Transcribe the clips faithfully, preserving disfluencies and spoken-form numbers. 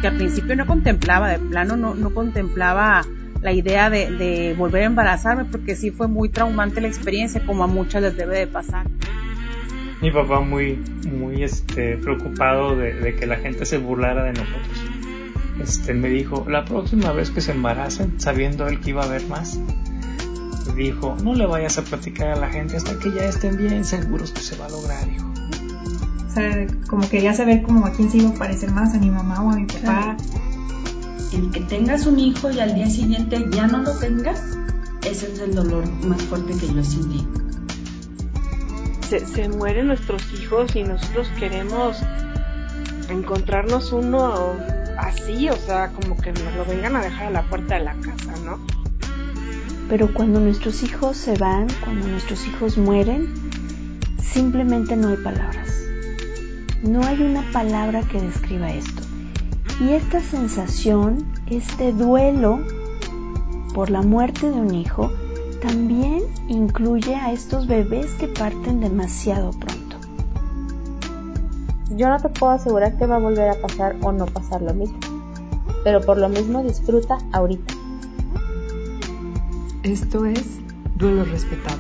porque al principio no contemplaba, de plano no, no contemplaba la idea de, de volver a embarazarme, porque sí fue muy traumante la experiencia, como a muchas les debe de pasar. Mi papá muy, muy este, preocupado de, de que la gente se burlara de nosotros. Este, me dijo, la próxima vez que se embaracen, sabiendo él que iba a haber más, dijo, no le vayas a platicar a la gente hasta que ya estén bien seguros que se va a lograr, hijo. O sea, como quería saber como a quién se iba a parecer más, a mi mamá o a mi papá. El que tengas un hijo y al día siguiente ya no lo tengas, ese es el dolor más fuerte que yo sentí. Se, se mueren nuestros hijos y nosotros queremos encontrarnos uno así, o sea, como que nos lo vengan a dejar a la puerta de la casa, ¿no? Pero cuando nuestros hijos se van, cuando nuestros hijos mueren, simplemente no hay palabras. No hay una palabra que describa esto. Y esta sensación, este duelo por la muerte de un hijo, también incluye a estos bebés que parten demasiado pronto. Yo no te puedo asegurar que va a volver a pasar o no pasar lo mismo, pero por lo mismo disfruta ahorita. Esto es Duelo Respetado.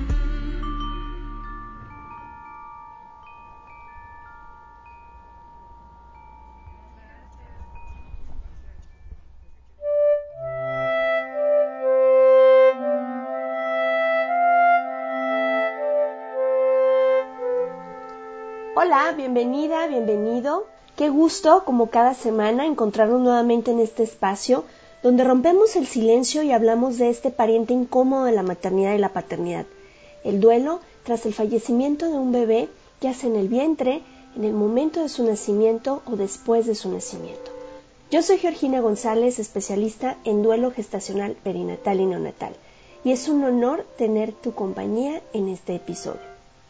Hola, bienvenida, bienvenido. Qué gusto, como cada semana, encontrarnos nuevamente en este espacio donde rompemos el silencio y hablamos de este pariente incómodo de la maternidad y la paternidad. El duelo tras el fallecimiento de un bebé, ya sea en el vientre, en el momento de su nacimiento o después de su nacimiento. Yo soy Georgina González, especialista en duelo gestacional perinatal y neonatal, y es un honor tener tu compañía en este episodio.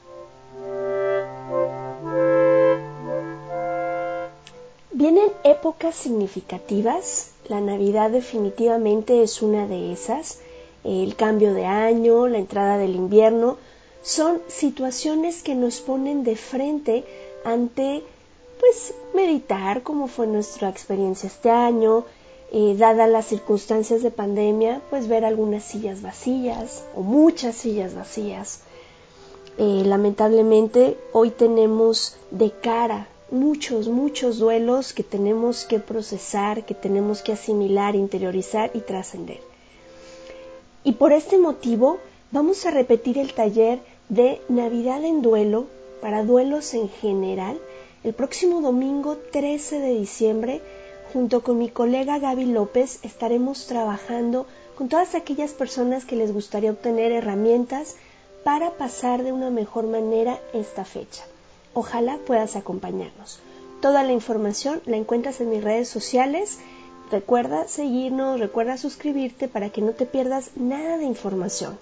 Vienen épocas significativas, la Navidad definitivamente es una de esas, el cambio de año, la entrada del invierno, son situaciones que nos ponen de frente ante, pues, meditar cómo fue nuestra experiencia este año, eh, dadas las circunstancias de pandemia, pues ver algunas sillas vacías o muchas sillas vacías. Eh, lamentablemente hoy tenemos de cara muchos, muchos duelos que tenemos que procesar, que tenemos que asimilar, interiorizar y trascender. Y por este motivo vamos a repetir el taller de Navidad en Duelo para duelos en general el próximo domingo trece de diciembre. Junto con mi colega Gaby López estaremos trabajando con todas aquellas personas que les gustaría obtener herramientas para pasar de una mejor manera esta fecha. Ojalá puedas acompañarnos. Toda la información la encuentras en mis redes sociales. Recuerda seguirnos, recuerda suscribirte para que no te pierdas nada de información.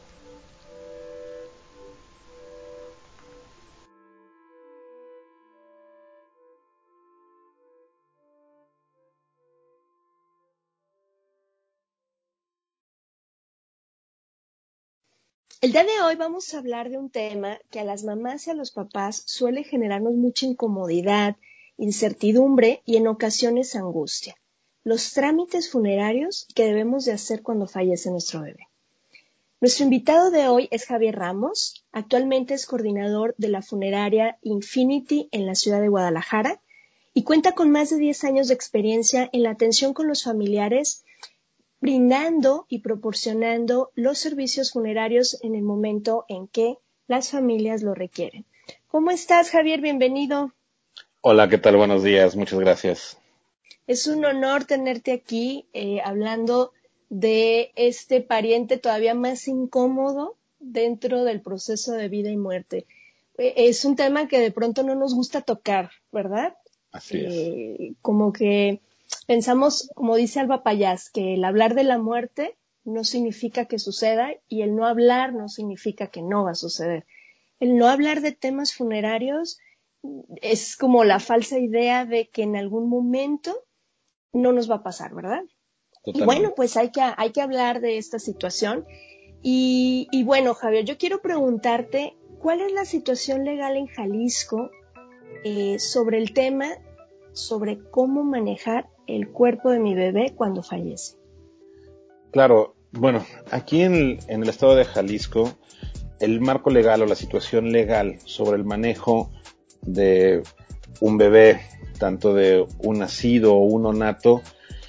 El día de hoy vamos a hablar de un tema que a las mamás y a los papás suele generarnos mucha incomodidad, incertidumbre y en ocasiones angustia. Los trámites funerarios que debemos de hacer cuando fallece nuestro bebé. Nuestro invitado de hoy es Javier Ramos, actualmente es coordinador de la funeraria Infinity en la ciudad de Guadalajara y cuenta con más de diez años de experiencia en la atención con los familiares, brindando y proporcionando los servicios funerarios en el momento en que las familias lo requieren. ¿Cómo estás, Javier? Bienvenido. Hola, ¿qué tal? Buenos días, muchas gracias. Es un honor tenerte aquí eh, hablando de este pariente todavía más incómodo dentro del proceso de vida y muerte. Eh, es un tema que de pronto no nos gusta tocar, ¿verdad? Así es. Eh, como que pensamos, como dice Alba Payás, que el hablar de la muerte no significa que suceda y el no hablar no significa que no va a suceder. El no hablar de temas funerarios es como la falsa idea de que en algún momento no nos va a pasar, ¿verdad? Totalmente. Y bueno, pues hay que, hay que hablar de esta situación. Y, y bueno, Javier, yo quiero preguntarte, ¿cuál es la situación legal en Jalisco eh, sobre el tema sobre cómo manejar el cuerpo de mi bebé cuando fallece? Claro, bueno, aquí en, en el estado de Jalisco, el marco legal o la situación legal sobre el manejo de un bebé, tanto de un nacido o un nonato,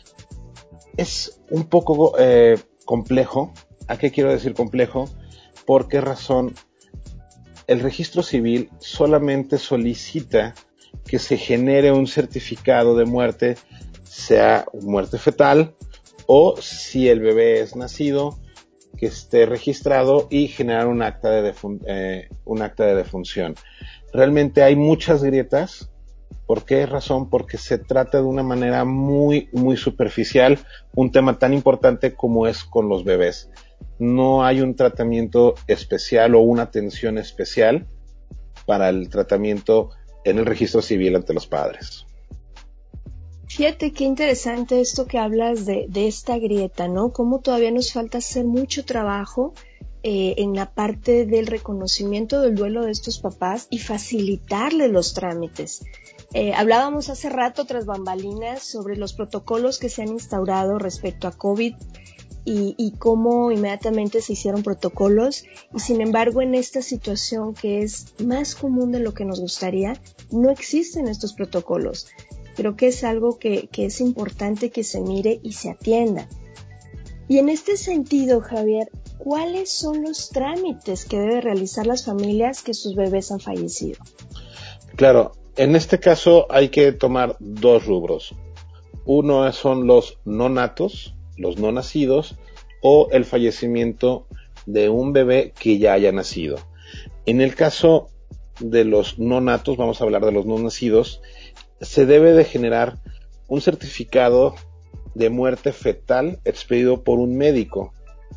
es un poco eh, complejo. ¿A qué quiero decir complejo? ¿Por qué razón? El registro civil solamente solicita que se genere un certificado de muerte, sea muerte fetal, o si el bebé es nacido, que esté registrado y generar un acta de, defun- eh, un acta de defunción. Realmente hay muchas grietas. ¿Por qué razón? Porque se trata de una manera muy, muy superficial un tema tan importante como es con los bebés. No hay un tratamiento especial o una atención especial para el tratamiento en el registro civil ante los padres. Fíjate qué interesante esto que hablas de, de esta grieta, ¿no? Cómo todavía nos falta hacer mucho trabajo eh, en la parte del reconocimiento del duelo de estos papás y facilitarles los trámites. Eh, hablábamos hace rato tras bambalinas sobre los protocolos que se han instaurado respecto a COVID y, y cómo inmediatamente se hicieron protocolos, y sin embargo en esta situación que es más común de lo que nos gustaría, no existen estos protocolos. Creo que es algo que, que es importante que se mire y se atienda. Y en este sentido, Javier, ¿cuáles son los trámites que deben realizar las familias que sus bebés han fallecido? Claro, en este caso hay que tomar dos rubros. Uno son los no natos, los no nacidos, o el fallecimiento de un bebé que ya haya nacido. En el caso de los no natos, vamos a hablar de los no nacidos, se debe de generar un certificado de muerte fetal expedido por un médico.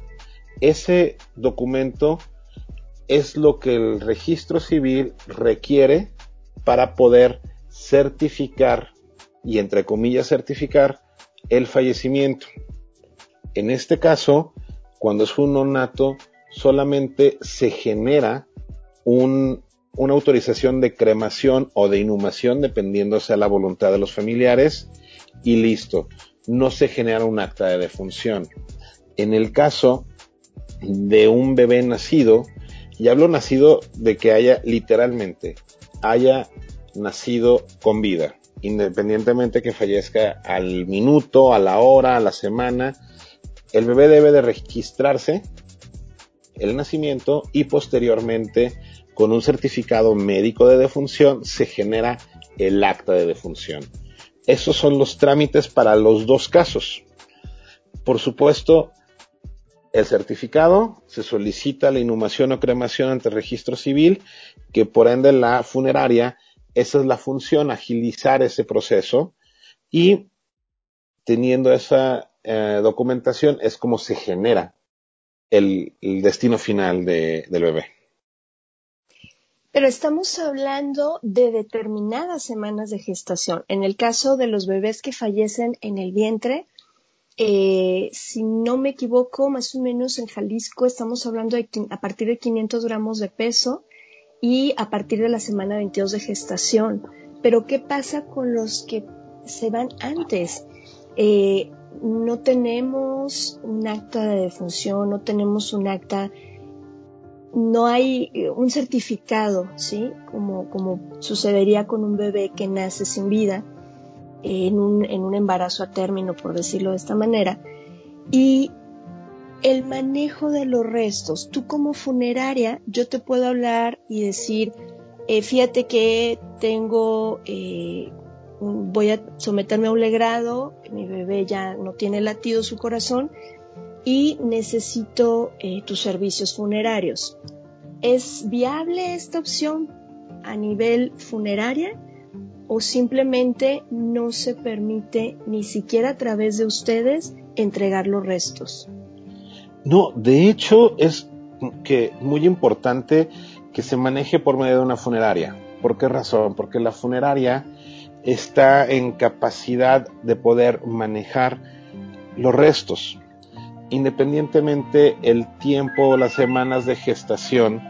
Ese documento es lo que el registro civil requiere para poder certificar, y entre comillas certificar, el fallecimiento. En este caso, cuando es un nonato, solamente se genera un, una autorización de cremación o de inhumación, dependiendo sea la voluntad de los familiares, y listo. No se genera un acta de defunción. En el caso de un bebé nacido, y hablo nacido de que haya literalmente, haya nacido con vida, independientemente que fallezca al minuto, a la hora, a la semana, el bebé debe de registrarse el nacimiento y posteriormente con un certificado médico de defunción se genera el acta de defunción. Esos son los trámites para los dos casos. Por supuesto, el certificado, se solicita la inhumación o cremación ante el registro civil, que por ende la funeraria, esa es la función, agilizar ese proceso, y teniendo esa eh, documentación es como se genera el, el destino final de, del bebé. Pero estamos hablando de determinadas semanas de gestación. En el caso de los bebés que fallecen en el vientre, eh, si no me equivoco, más o menos en Jalisco estamos hablando de a partir de quinientos gramos de peso y a partir de la semana veintidós de gestación. Pero ¿qué pasa con los que se van antes? Eh, no tenemos un acta de defunción, no tenemos un acta, no hay un certificado, ¿sí? Como, como sucedería con un bebé que nace sin vida, eh, en un, en un embarazo a término, por decirlo de esta manera. Y el manejo de los restos, tú como funeraria, yo te puedo hablar y decir, eh, fíjate que tengo, eh, voy a someterme a un legrado, mi bebé ya no tiene latido su corazón y necesito eh, tus servicios funerarios. ¿Es viable esta opción a nivel funeraria o simplemente no se permite ni siquiera a través de ustedes entregar los restos? No, de hecho es que muy importante que se maneje por medio de una funeraria. ¿Por qué razón? Porque la funeraria está en capacidad de poder manejar los restos. Independientemente el tiempo o las semanas de gestación,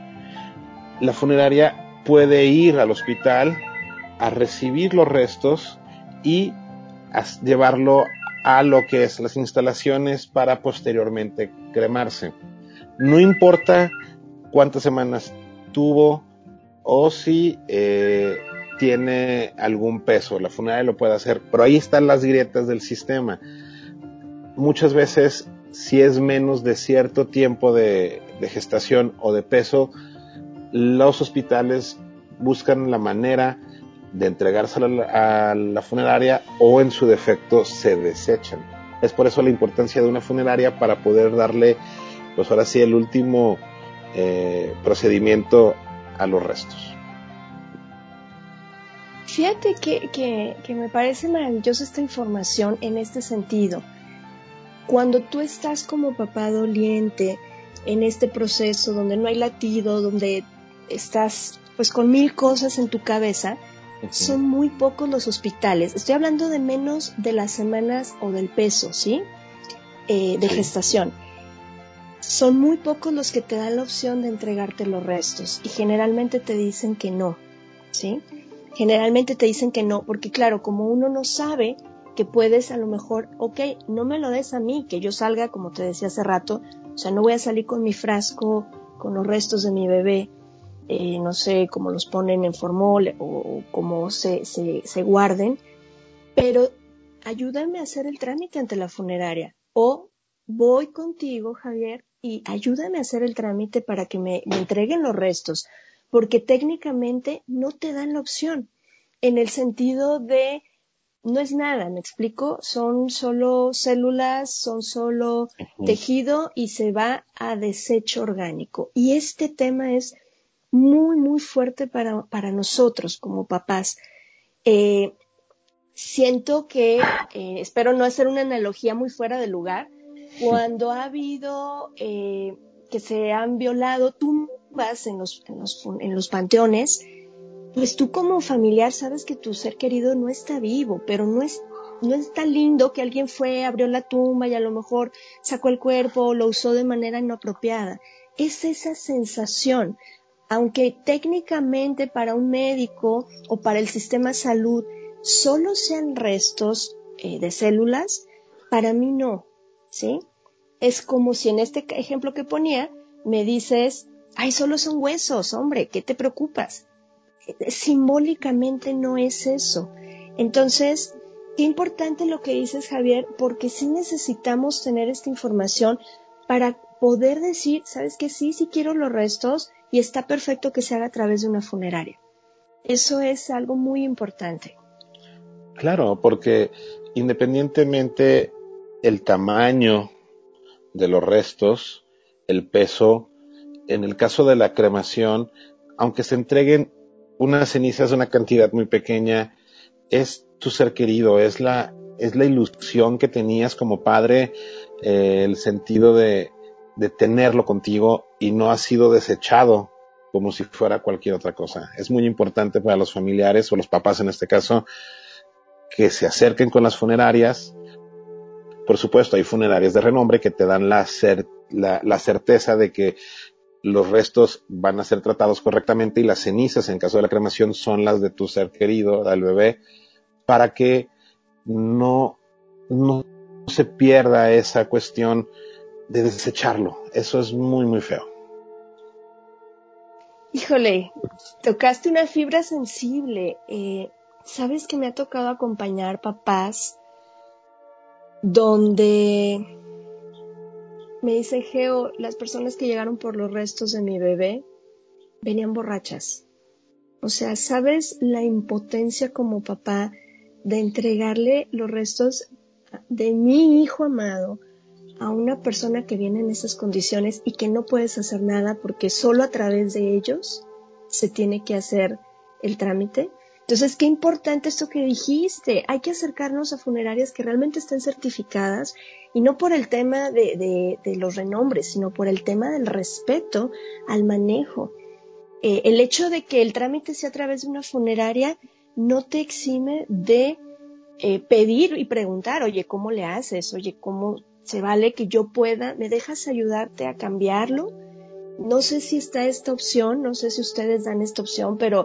la funeraria puede ir al hospital a recibir los restos y a llevarlo a lo que es las instalaciones para posteriormente cremarse. No importa cuántas semanas tuvo o si eh, tiene algún peso, la funeraria lo puede hacer, pero ahí están las grietas del sistema. Muchas veces, si es menos de cierto tiempo de, de gestación o de peso, los hospitales buscan la manera de entregársela a la, a la funeraria o en su defecto se desechan. Es por eso la importancia de una funeraria para poder darle, pues ahora sí, el último eh, procedimiento a los restos. Fíjate que, que, que me parece maravillosa esta información en este sentido. Cuando tú estás como papá doliente en este proceso donde no hay latido, donde estás pues con mil cosas en tu cabeza, uh-huh. Son muy pocos los hospitales. Estoy hablando de menos de las semanas o del peso, ¿sí? Eh, de sí. Gestación. Son muy pocos los que te dan la opción de entregarte los restos y generalmente te dicen que no, ¿sí? Generalmente te dicen que no, porque claro, como uno no sabe que puedes a lo mejor, ok, no me lo des a mí, que yo salga, como te decía hace rato, o sea, no voy a salir con mi frasco, con los restos de mi bebé, eh, no sé cómo los ponen en formol o, o cómo se, se, se guarden, pero ayúdame a hacer el trámite ante la funeraria, o voy contigo, Javier, y ayúdame a hacer el trámite para que me, me entreguen los restos, porque técnicamente no te dan la opción, en el sentido de no es nada, ¿me explico? Son solo células, son solo uh-huh. tejido y se va a desecho orgánico. Y este tema es muy, muy fuerte para, para nosotros como papás. Eh, siento que, eh, espero no hacer una analogía muy fuera de lugar, cuando ha habido eh, que se han violado tumbas en los, en los, en los panteones, pues tú como familiar sabes que tu ser querido no está vivo, pero no es, no es tan lindo que alguien fue, abrió la tumba y a lo mejor sacó el cuerpo o lo usó de manera inapropiada. Es esa sensación, aunque técnicamente para un médico o para el sistema de salud solo sean restos eh, de células, para mí no, ¿sí? Es como si en este ejemplo que ponía me dices, ay, solo son huesos, hombre, ¿qué te preocupas? Simbólicamente no es eso. Entonces, qué importante lo que dices, Javier, porque sí necesitamos tener esta información para poder decir, ¿sabes qué? Sí, sí quiero los restos y está perfecto que se haga a través de una funeraria. Eso es algo muy importante. Claro, porque independientemente el tamaño de los restos, el peso, en el caso de la cremación, aunque se entreguen unas cenizas de una cantidad muy pequeña, es tu ser querido, es la, es la ilusión que tenías como padre, eh, el sentido de, de tenerlo contigo y no ha sido desechado como si fuera cualquier otra cosa. Es muy importante para los familiares o los papás en este caso que se acerquen con las funerarias. Por supuesto, hay funerarias de renombre que te dan la, cer- la, la certeza de que los restos van a ser tratados correctamente y las cenizas en caso de la cremación son las de tu ser querido, del bebé, para que no, no se pierda esa cuestión de desecharlo. Eso es muy, muy feo. Híjole, tocaste una fibra sensible. Eh, ¿Sabes que me ha tocado acompañar papás donde me dice, Geo, las personas que llegaron por los restos de mi bebé venían borrachas? O sea, ¿sabes la impotencia como papá de entregarle los restos de mi hijo amado a una persona que viene en esas condiciones y que no puedes hacer nada porque solo a través de ellos se tiene que hacer el trámite? Entonces, qué importante esto que dijiste. Hay que acercarnos a funerarias que realmente estén certificadas y no por el tema de, de, de los renombres, sino por el tema del respeto al manejo. Eh, el hecho de que el trámite sea a través de una funeraria no te exime de eh, pedir y preguntar, oye, ¿cómo le haces? Oye, ¿cómo se vale que yo pueda? ¿Me dejas ayudarte a cambiarlo? No sé si está esta opción, no sé si ustedes dan esta opción, pero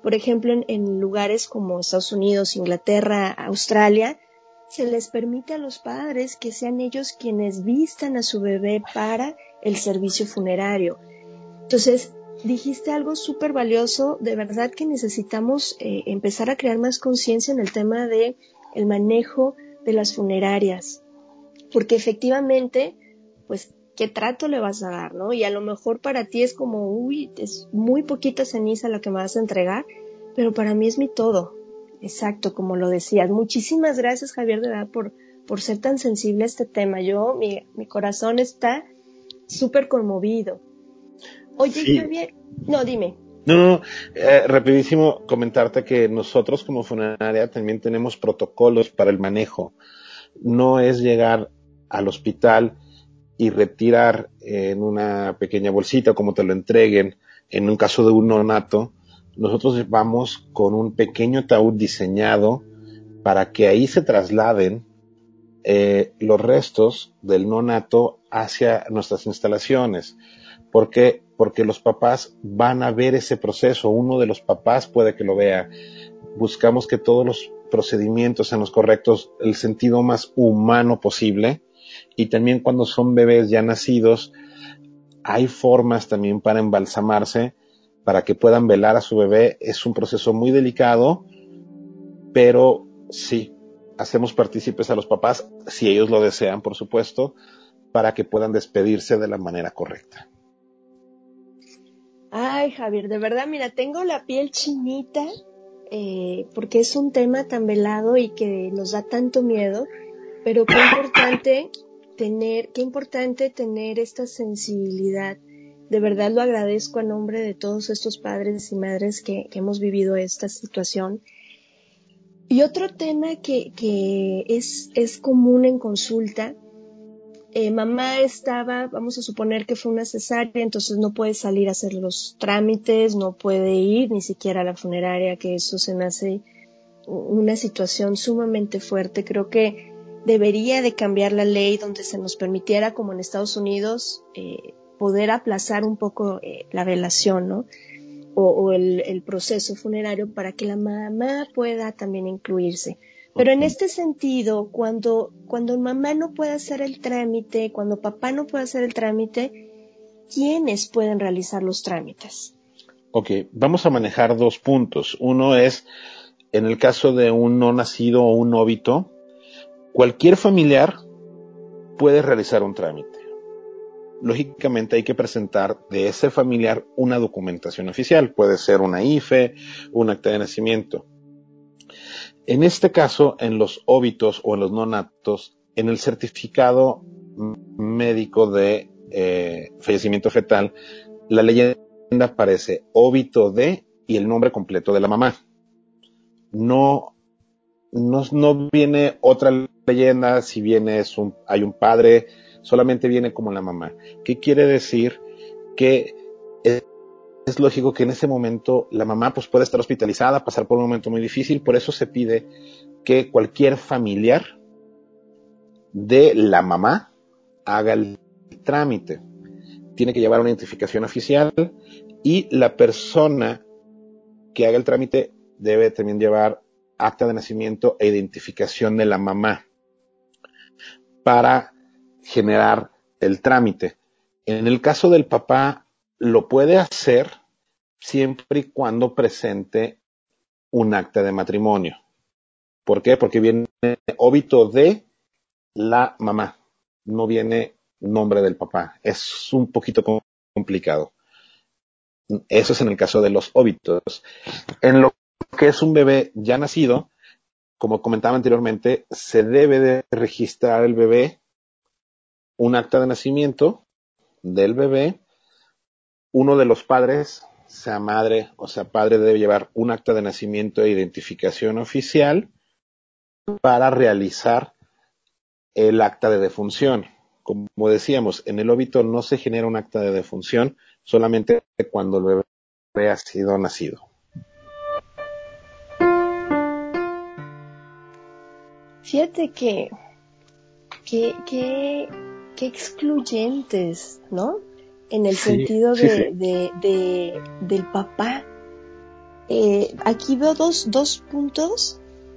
Por ejemplo, en, en lugares como Estados Unidos, Inglaterra, Australia, se les permite a los padres que sean ellos quienes vistan a su bebé para el servicio funerario. Entonces, dijiste algo súper valioso, de verdad que necesitamos eh, empezar a crear más conciencia en el tema de el manejo de las funerarias, porque efectivamente, pues, ¿qué trato le vas a dar, no? Y a lo mejor para ti es como, uy, es muy poquita ceniza la que me vas a entregar, pero para mí es mi todo. Exacto, como lo decías. Muchísimas gracias, Javier, de verdad, por, por ser tan sensible a este tema. Yo, mi, mi corazón está súper conmovido. Oye, sí. Javier, no, dime. No, no, eh, rapidísimo comentarte que nosotros como funeraria también tenemos protocolos para el manejo. No es llegar al hospital y retirar en una pequeña bolsita como te lo entreguen en un caso de un neonato. Nosotros vamos con un pequeño ataúd diseñado para que ahí se trasladen eh, los restos del neonato hacia nuestras instalaciones. ¿Por qué? Porque los papás van a ver ese proceso. Uno de los papás puede que lo vea. Buscamos que todos los procedimientos sean los correctos, el sentido más humano posible. Y también cuando son bebés ya nacidos, hay formas también para embalsamarse, para que puedan velar a su bebé. Es un proceso muy delicado, pero sí, hacemos partícipes a los papás, si ellos lo desean, por supuesto, para que puedan despedirse de la manera correcta. Ay, Javier, de verdad, mira, tengo la piel chinita, eh, porque es un tema tan velado y que nos da tanto miedo, pero qué importante tener, qué importante tener esta sensibilidad. De verdad lo agradezco a nombre de todos estos padres y madres que, que hemos vivido esta situación. Y otro tema que, que es, es común en consulta, eh, mamá estaba, vamos a suponer que fue una cesárea, entonces no puede salir a hacer los trámites, no puede ir ni siquiera a la funeraria, que eso se me hace una situación sumamente fuerte. Creo que debería de cambiar la ley donde se nos permitiera, como en Estados Unidos, eh, poder aplazar un poco eh, la velación, ¿no? O, o el, el proceso funerario para que la mamá pueda también incluirse. Pero en este sentido, cuando, cuando mamá no puede hacer el trámite, cuando papá no puede hacer el trámite, ¿quiénes pueden realizar los trámites? Ok, vamos a manejar dos puntos. Uno es, en el caso de un no nacido o un óbito, cualquier familiar puede realizar un trámite. Lógicamente hay que presentar de ese familiar una documentación oficial. Puede ser una I F E, un acta de nacimiento. En este caso, en los óbitos o en los neonatos, en el certificado médico de eh, fallecimiento fetal, la leyenda aparece óbito de y el nombre completo de la mamá. No, no, no viene otra leyenda, si viene es un, hay un padre, solamente viene como la mamá. ¿Qué quiere decir? Que es, es lógico que en ese momento la mamá pues puede estar hospitalizada, pasar por un momento muy difícil, por eso se pide que cualquier familiar de la mamá haga el trámite. Tiene que llevar una identificación oficial y la persona que haga el trámite debe también llevar acta de nacimiento e identificación de la mamá para generar el trámite. En el caso del papá, lo puede hacer siempre y cuando presente un acta de matrimonio. ¿Por qué? Porque viene óbito de la mamá, no viene nombre del papá. Es un poquito complicado. Eso es en el caso de los óbitos. En lo que es un bebé ya nacido, como comentaba anteriormente, se debe de registrar el bebé, un acta de nacimiento del bebé. Uno de los padres, sea madre o sea padre, debe llevar un acta de nacimiento e identificación oficial para realizar el acta de defunción. Como decíamos, en el óbito no se genera un acta de defunción, solamente cuando el bebé ha sido nacido. Fíjate que, que, que, que excluyentes, ¿no? En el sí, sentido de, sí, sí. De, de, del papá. Eh, aquí veo dos, dos puntos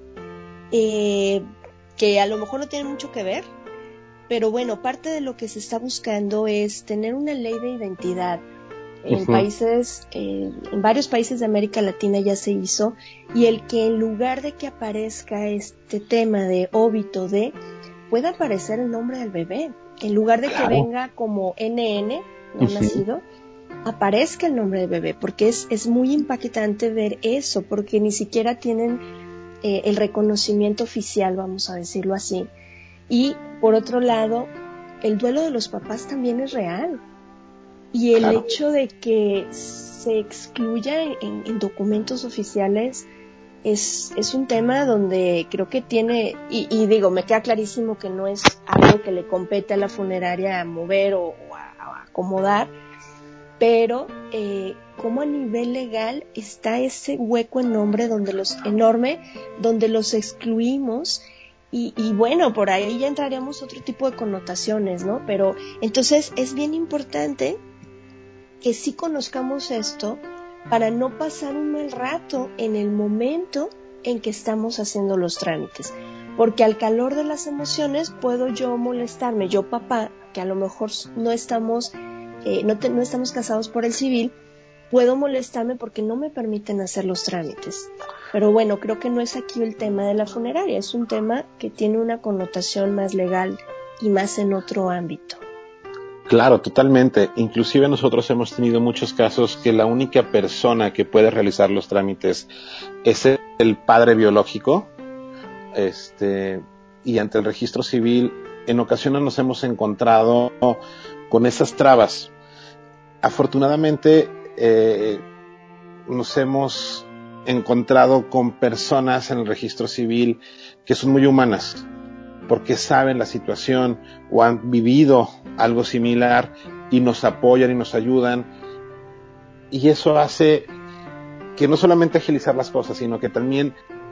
eh, que a lo mejor no tienen mucho que ver, pero bueno, parte de lo que se está buscando es tener una ley de identidad. En uh-huh. países, eh, en varios países de América Latina ya se hizo, y el que en lugar de que aparezca este tema de óbito de, pueda aparecer el nombre del bebé, en lugar de claro. que venga como N N, no uh-huh. nacido, aparezca el nombre del bebé, porque es, es muy impactante ver eso, porque ni siquiera tienen eh, el reconocimiento oficial, vamos a decirlo así. Y por otro lado, el duelo de los papás también es real. Y el claro. hecho de que se excluya en, en documentos oficiales es, es un tema donde creo que tiene, y, y digo, me queda clarísimo que no es algo que le compete a la funeraria a mover o, o a, a acomodar, pero eh, como a nivel legal está ese hueco enorme donde los, enorme, donde los excluimos. Y, y bueno, por ahí ya entraríamos otro tipo de connotaciones, ¿no? Pero entonces es bien importante que sí conozcamos esto para no pasar un mal rato en el momento en que estamos haciendo los trámites. Porque al calor de las emociones puedo yo molestarme, yo papá, que a lo mejor no estamos, eh, no, te, no estamos casados por el civil, puedo molestarme porque no me permiten hacer los trámites. Pero bueno, creo que no es aquí el tema de la funeraria, es un tema que tiene una connotación más legal y más en otro ámbito. Claro, totalmente. Inclusive nosotros hemos tenido muchos casos que la única persona que puede realizar los trámites es el padre biológico, este, y ante el registro civil en ocasiones nos hemos encontrado con esas trabas. Afortunadamente eh, nos hemos encontrado con personas en el registro civil que son muy humanas, porque saben la situación o han vivido algo similar y nos apoyan y nos ayudan, y eso hace que no solamente agilizar las cosas, sino que también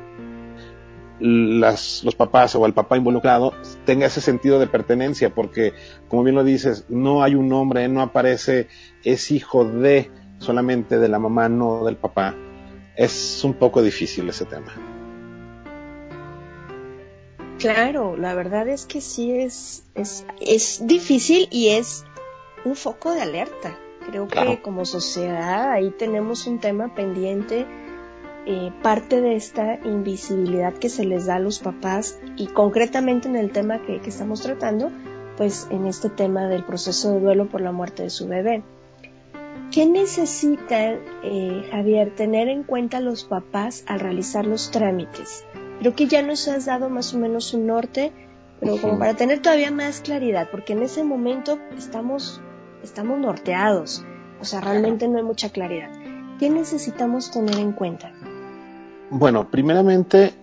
las, los papás o el papá involucrado tenga ese sentido de pertenencia, porque como bien lo dices, no hay un nombre, no aparece, es hijo de, solamente de la mamá, no del papá. Es un poco difícil ese tema. Claro, la verdad es que sí es, es, es difícil y es un foco de alerta. Creo claro. que como sociedad ahí tenemos un tema pendiente, eh, parte de esta invisibilidad que se les da a los papás, y concretamente en el tema que, que estamos tratando, pues en este tema del proceso de duelo por la muerte de su bebé. ¿Qué necesitan, eh, Javier, tener en cuenta los papás al realizar los trámites? Creo que ya nos has dado más o menos un norte, pero como para tener todavía más claridad, porque en ese momento estamos, estamos norteados, o sea, realmente no hay mucha claridad. ¿Qué necesitamos tener en cuenta? Bueno, primeramente,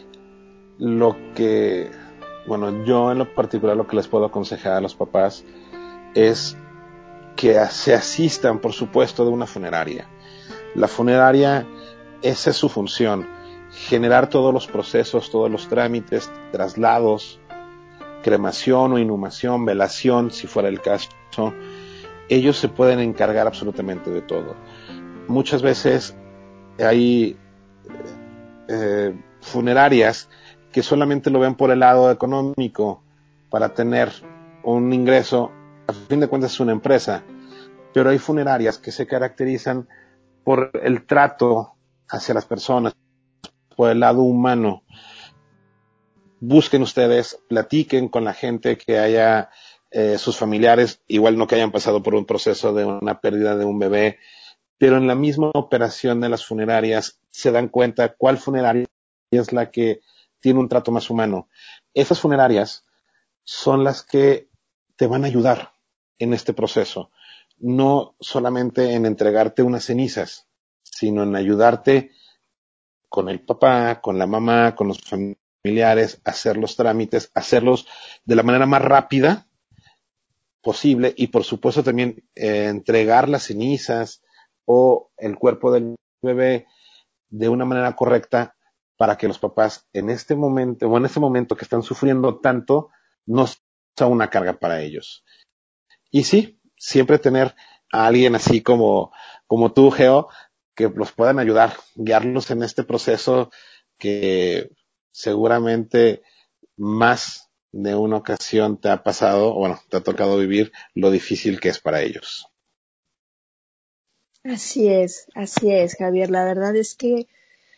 lo que, bueno, yo en lo particular lo que les puedo aconsejar a los papás es que se asistan, por supuesto, de una funeraria. La funeraria, esa es su función, generar todos los procesos, todos los trámites, traslados, cremación o inhumación, velación, si fuera el caso. Ellos se pueden encargar absolutamente de todo. Muchas veces hay eh, funerarias que solamente lo ven por el lado económico, para tener un ingreso. A fin de cuentas es una empresa, pero hay funerarias que se caracterizan por el trato hacia las personas, por el lado humano. Busquen ustedes, platiquen con la gente que haya, eh, sus familiares, igual no que hayan pasado por un proceso de una pérdida de un bebé, pero en la misma operación de las funerarias se dan cuenta cuál funeraria es la que tiene un trato más humano. Esas funerarias son las que te van a ayudar en este proceso, no solamente en entregarte unas cenizas, sino en ayudarte con el papá, con la mamá, con los familiares, hacer los trámites, hacerlos de la manera más rápida posible, y por supuesto también eh, entregar las cenizas o el cuerpo del bebé de una manera correcta, para que los papás en este momento, o en este momento que están sufriendo tanto, no sea una carga para ellos. Y sí, siempre tener a alguien así como, como tú, Geo, que los puedan ayudar, guiarlos en este proceso que seguramente más de una ocasión te ha pasado, o bueno, te ha tocado vivir lo difícil que es para ellos. Así es, así es, Javier. La verdad es que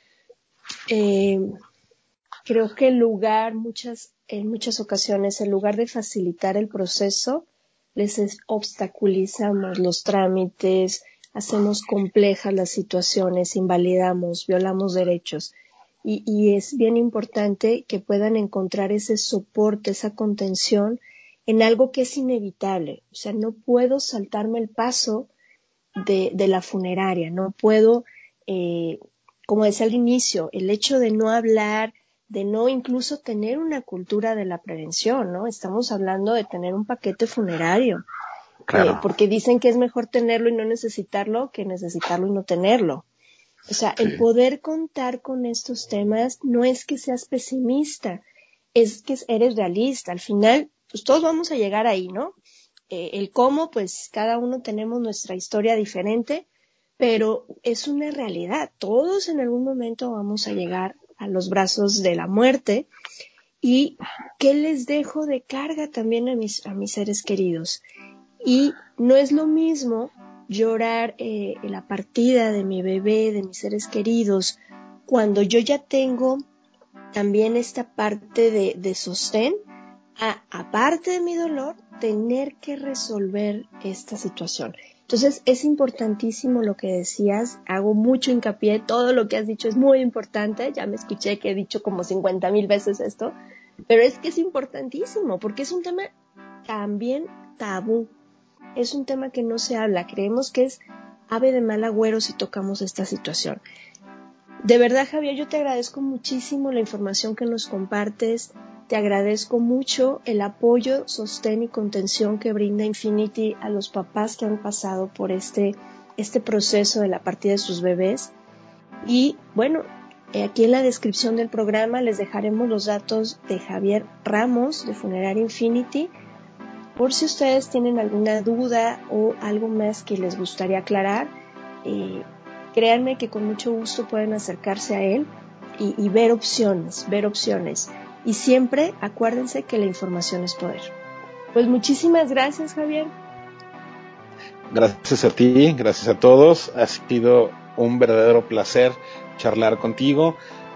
eh, creo que el lugar, muchas, en muchas ocasiones, en lugar de facilitar el proceso, les es, obstaculizamos los trámites, hacemos complejas las situaciones, invalidamos, violamos derechos. Y, y es bien importante que puedan encontrar ese soporte, esa contención en algo que es inevitable. O sea, no puedo saltarme el paso de, de la funeraria, no puedo, eh, como decía al inicio, el hecho de no hablar, de no incluso tener una cultura de la prevención, ¿no? Estamos hablando de tener un paquete funerario, claro. eh, porque dicen que es mejor tenerlo y no necesitarlo que necesitarlo y no tenerlo. O sea, sí. El poder contar con estos temas no es que seas pesimista, es que eres realista. Al final, pues todos vamos a llegar ahí, ¿no? Eh, el cómo, pues cada uno tenemos nuestra historia diferente, pero es una realidad. Todos en algún momento vamos a llegar a los brazos de la muerte. ¿Y qué les dejo de carga también a mis, a mis seres queridos? Y no es lo mismo llorar eh, la partida de mi bebé, de mis seres queridos, cuando yo ya tengo también esta parte de, de sostén, a, aparte de mi dolor, tener que resolver esta situación. Entonces es importantísimo lo que decías, hago mucho hincapié, todo lo que has dicho es muy importante, ya me escuché que he dicho como cincuenta mil veces esto, pero es que es importantísimo porque es un tema también tabú, es un tema que no se habla, creemos que es ave de mal agüero si tocamos esta situación. De verdad, Javier, yo te agradezco muchísimo la información que nos compartes, te agradezco mucho el apoyo, sostén y contención que brinda Infinity a los papás que han pasado por este, este proceso de la partida de sus bebés. Y bueno, aquí en la descripción del programa les dejaremos los datos de Javier Ramos de Funeraria Infinity, por si ustedes tienen alguna duda o algo más que les gustaría aclarar. Eh, créanme que con mucho gusto pueden acercarse a él y, y ver opciones, ver opciones. Y siempre acuérdense que la información es poder. Pues muchísimas gracias, Javier. Gracias a ti, gracias a todos. Ha sido un verdadero placer charlar contigo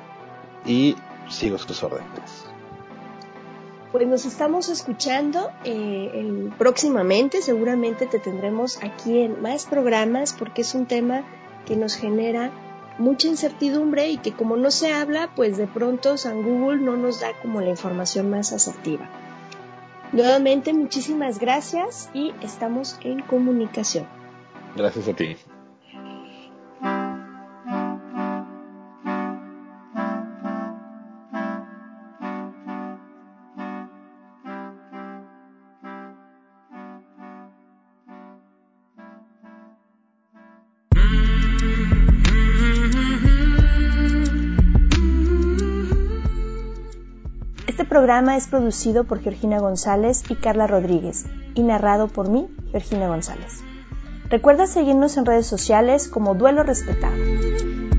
y sigo sus órdenes. Pues nos estamos escuchando eh, el, próximamente, seguramente te tendremos aquí en más programas porque es un tema que nos genera mucha incertidumbre y que como no se habla, pues de pronto San Google no nos da como la información más asertiva. Nuevamente, muchísimas gracias y estamos en comunicación. Gracias a ti. Este programa es producido por Georgina González y Carla Rodríguez y narrado por mí, Georgina González. Recuerda seguirnos en redes sociales como Duelo Respetado.